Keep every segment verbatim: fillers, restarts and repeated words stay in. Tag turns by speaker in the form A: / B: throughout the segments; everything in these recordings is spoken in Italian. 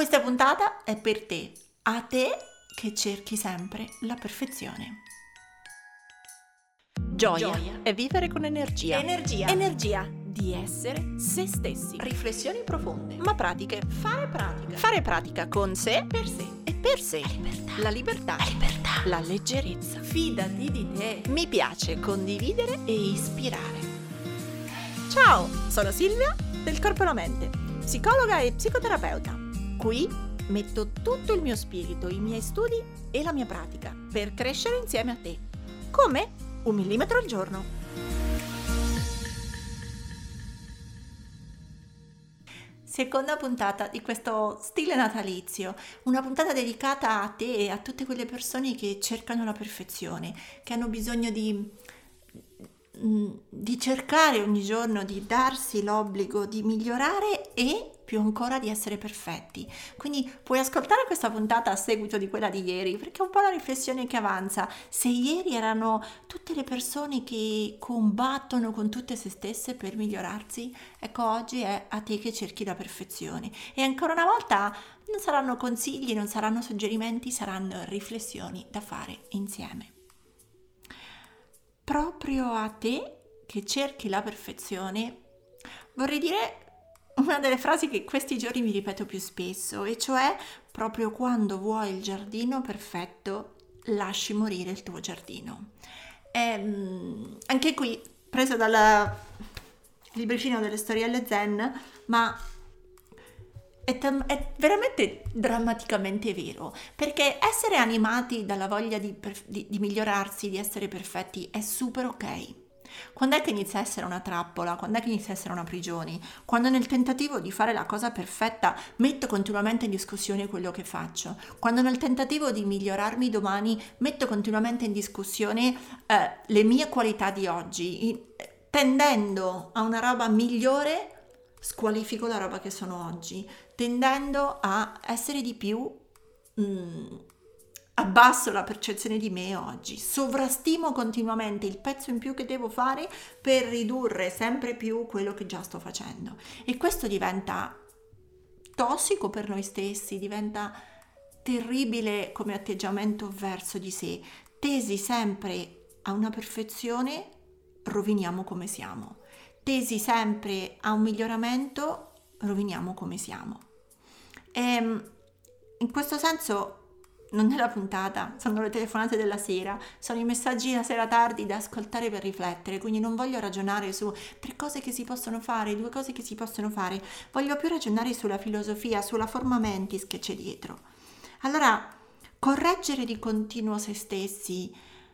A: Questa puntata è per te, a te che cerchi sempre la perfezione.
B: Gioia, Gioia è vivere con energia.
A: Energia.
B: Energia di essere se stessi.
A: Riflessioni profonde.
B: Ma pratiche.
A: Fare pratica.
B: Fare pratica con sé,
A: Per sé.
B: e per sé.
A: La libertà.
B: La libertà.
A: La libertà.
B: La leggerezza.
A: Fidati di te.
B: Mi piace condividere
A: E ispirare.
B: Ciao, sono Silvia del Corpo e la Mente, psicologa e psicoterapeuta. Qui metto tutto il mio spirito, i miei studi e la mia pratica per crescere insieme a te. Come? Un millimetro al giorno.
A: Seconda puntata di questo stile natalizio, una puntata dedicata a te e a tutte quelle persone che cercano la perfezione, che hanno bisogno di, di cercare ogni giorno di darsi l'obbligo di migliorare e più ancora di essere perfetti. Quindi puoi ascoltare questa puntata a seguito di quella di ieri, perché è un po' la riflessione che avanza. Se ieri erano tutte le persone che combattono con tutte se stesse per migliorarsi, ecco oggi è a te che cerchi la perfezione. E ancora una volta non saranno consigli, non saranno suggerimenti, saranno riflessioni da fare insieme. Proprio a te che cerchi la perfezione, vorrei dire una delle frasi che questi giorni mi ripeto più spesso, e cioè: proprio quando vuoi il giardino perfetto, lasci morire il tuo giardino. E, anche qui preso dal libricino delle storielle zen, ma è, tam- è veramente drammaticamente vero, perché essere animati dalla voglia di, per- di, di migliorarsi, di essere perfetti, è super ok. Quando è che inizia a essere una trappola? Quando è che inizia a essere una prigione? Quando nel tentativo di fare la cosa perfetta metto continuamente in discussione quello che faccio. Quando nel tentativo di migliorarmi domani metto continuamente in discussione eh, le mie qualità di oggi, in- tendendo a una roba migliore, squalifico la roba che sono oggi, tendendo a essere di più... Mm, abbasso la percezione di me oggi, sovrastimo continuamente il pezzo in più che devo fare per ridurre sempre più quello che già sto facendo, e questo diventa tossico per noi stessi, diventa terribile come atteggiamento verso di sé. Tesi sempre a una perfezione, roviniamo come siamo. Tesi sempre a un miglioramento, roviniamo come siamo. E in questo senso non è la puntata, sono le telefonate della sera, sono i messaggi la sera tardi da ascoltare per riflettere, quindi non voglio ragionare su tre cose che si possono fare, due cose che si possono fare, voglio più ragionare sulla filosofia, sulla forma mentis che c'è dietro. Allora, correggere di continuo se stessi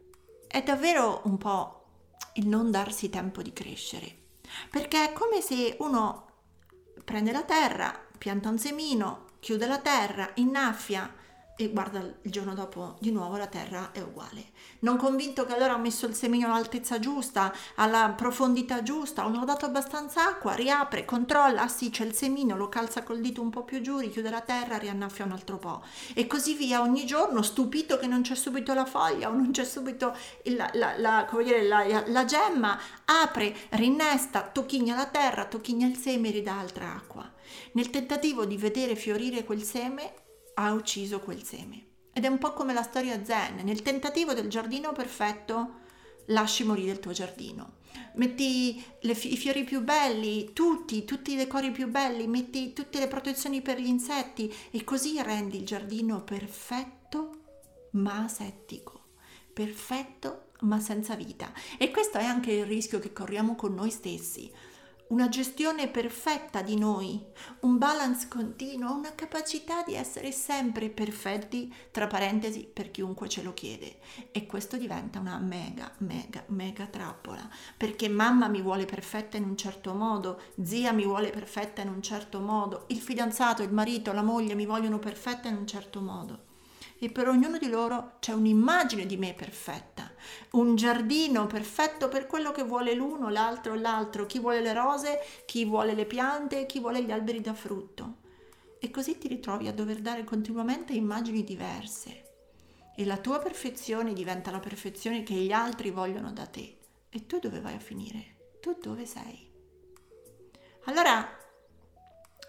A: è davvero un po' il non darsi tempo di crescere, perché è come se uno prende la terra, pianta un semino, chiude la terra, innaffia e guarda il giorno dopo di nuovo la terra è uguale. Non convinto che allora ho messo il semino all'altezza giusta, alla profondità giusta, o non ho dato abbastanza acqua, riapre, controlla, ah sì c'è il semino, lo calza col dito un po' più giù, richiude la terra, riannaffia un altro po', e così via ogni giorno, stupito che non c'è subito la foglia o non c'è subito il, la, la, come dire, la, la gemma, apre, rinnesta, tocchigna la terra, tocchigna il seme e ridà altra acqua. Nel tentativo di vedere fiorire quel seme ha ucciso quel seme. Ed è un po' come la storia zen: nel tentativo del giardino perfetto lasci morire il tuo giardino, metti le fi- i fiori più belli, tutti, tutti i decori più belli, metti tutte le protezioni per gli insetti, e così rendi il giardino perfetto ma asettico, perfetto ma senza vita. E questo è anche il rischio che corriamo con noi stessi: una gestione perfetta di noi, un balance continuo, una capacità di essere sempre perfetti, tra parentesi, per chiunque ce lo chiede. E questo diventa una mega, mega, mega trappola, perché mamma mi vuole perfetta in un certo modo, zia mi vuole perfetta in un certo modo, il fidanzato, il marito, la moglie mi vogliono perfetta in un certo modo. E per ognuno di loro c'è un'immagine di me perfetta, un giardino perfetto per quello che vuole l'uno, l'altro, l'altro, chi vuole le rose, chi vuole le piante, chi vuole gli alberi da frutto. E così ti ritrovi a dover dare continuamente immagini diverse, e la tua perfezione diventa la perfezione che gli altri vogliono da te. E tu dove vai a finire? Tu dove sei? Allora,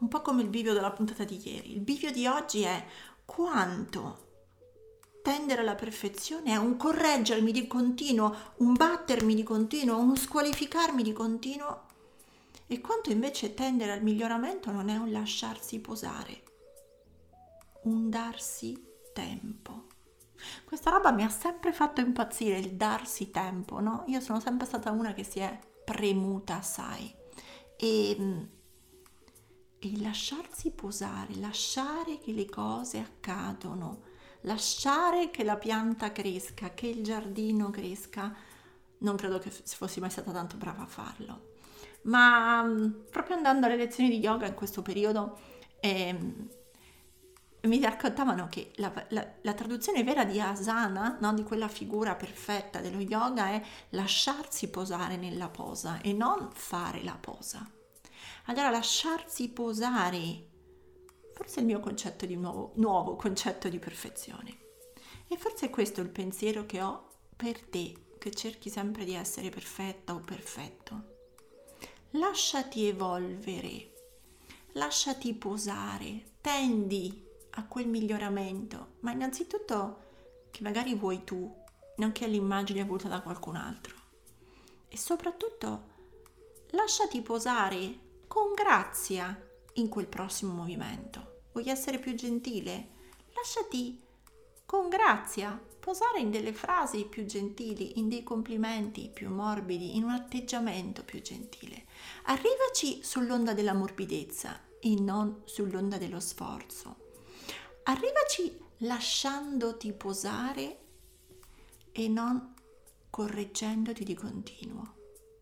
A: un po' come il bivio della puntata di ieri. Il bivio di oggi è quanto tendere alla perfezione è un correggermi di continuo, un battermi di continuo, uno squalificarmi di continuo, e quanto invece tendere al miglioramento non è un lasciarsi posare, un darsi tempo. Questa roba mi ha sempre fatto impazzire, il darsi tempo, no? Io sono sempre stata una che si è premuta assai, e il lasciarsi posare, lasciare che le cose accadono, lasciare che la pianta cresca, che il giardino cresca, non credo che fossi mai stata tanto brava a farlo. Ma proprio andando alle lezioni di yoga in questo periodo eh, mi raccontavano che la, la, la traduzione vera di asana, no, di quella figura perfetta dello yoga, è lasciarsi posare nella posa e non fare la posa. Allora lasciarsi posare, forse è il mio concetto di nuovo, nuovo concetto di perfezione. E forse è questo il pensiero che ho per te, che cerchi sempre di essere perfetta o perfetto. Lasciati evolvere, lasciati posare, tendi a quel miglioramento, ma innanzitutto che magari vuoi tu, non che l'immagine voluta da qualcun altro. E soprattutto lasciati posare con grazia in quel prossimo movimento. Vuoi essere più gentile? Lasciati con grazia posare in delle frasi più gentili, in dei complimenti più morbidi, in un atteggiamento più gentile. Arrivaci sull'onda della morbidezza e non sull'onda dello sforzo. Arrivaci lasciandoti posare e non correggendoti di continuo.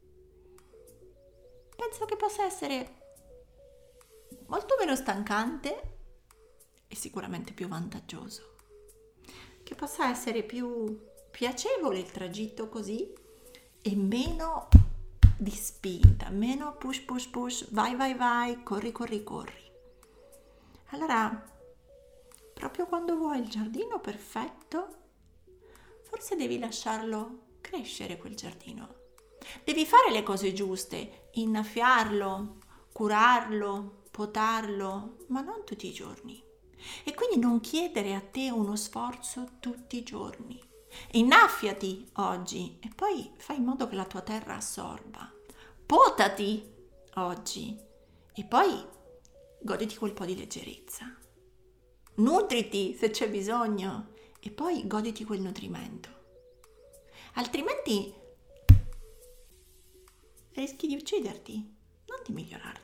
A: Penso che possa essere molto meno stancante e sicuramente più vantaggioso. Che possa essere più piacevole il tragitto così e meno di spinta, meno push push push, vai vai vai, corri corri corri. Allora, proprio quando vuoi il giardino perfetto, forse devi lasciarlo crescere quel giardino. Devi fare le cose giuste, innaffiarlo, curarlo, potarlo, ma non tutti i giorni. E quindi non chiedere a te uno sforzo tutti i giorni. Innaffiati oggi e poi fai in modo che la tua terra assorba. Potati oggi e poi goditi quel po' di leggerezza. Nutriti se c'è bisogno e poi goditi quel nutrimento. Altrimenti rischi di ucciderti, non di migliorarti.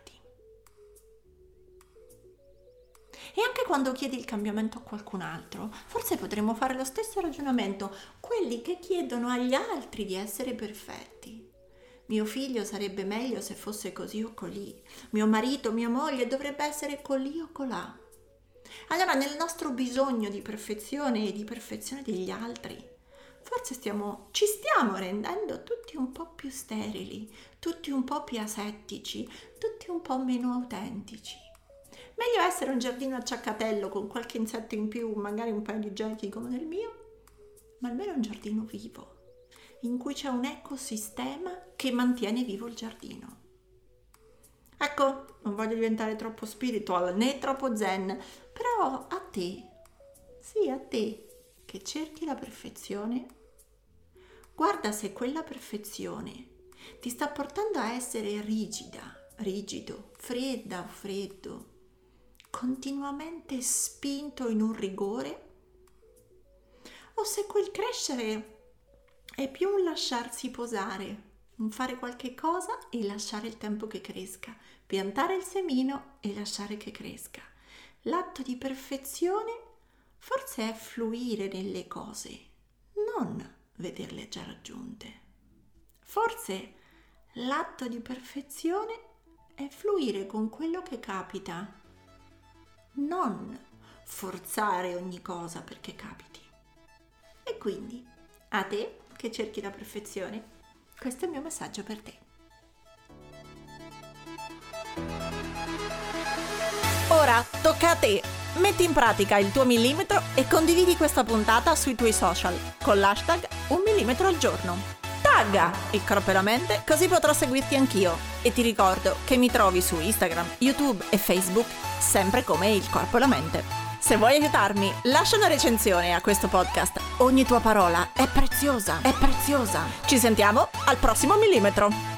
A: E anche quando chiedi il cambiamento a qualcun altro, forse potremmo fare lo stesso ragionamento. Quelli che chiedono agli altri di essere perfetti. Mio figlio sarebbe meglio se fosse così o colì. Mio marito, mia moglie dovrebbe essere colì o colà. Allora, nel nostro bisogno di perfezione e di perfezione degli altri, forse stiamo, ci stiamo rendendo tutti un po' più sterili, tutti un po' più asettici, tutti un po' meno autentici. Meglio essere un giardino acciaccatello con qualche insetto in più, magari un paio di genti come nel mio, ma almeno un giardino vivo, in cui c'è un ecosistema che mantiene vivo il giardino. Ecco, non voglio diventare troppo spiritual né troppo zen, però a te, sì a te, che cerchi la perfezione, guarda se quella perfezione ti sta portando a essere rigida, rigido, fredda o freddo, continuamente spinto in un rigore, o se quel crescere è più un lasciarsi posare, un fare qualche cosa e lasciare il tempo che cresca, piantare il semino e lasciare che cresca. L'atto di perfezione forse è fluire nelle cose, non vederle già raggiunte. Forse l'atto di perfezione è fluire con quello che capita, non forzare ogni cosa perché capiti. E quindi, a te che cerchi la perfezione, questo è il mio messaggio per te.
B: Ora tocca a te. Metti in pratica il tuo millimetro e condividi questa puntata sui tuoi social con l'hashtag un millimetro al giorno. Tagga il corpo e la mente, così potrò seguirti anch'io. E ti ricordo che mi trovi su Instagram, YouTube e Facebook sempre come Il Corpo e la Mente. Se vuoi aiutarmi, lascia una recensione a questo podcast. Ogni tua parola è preziosa, è preziosa. Ci sentiamo al prossimo millimetro.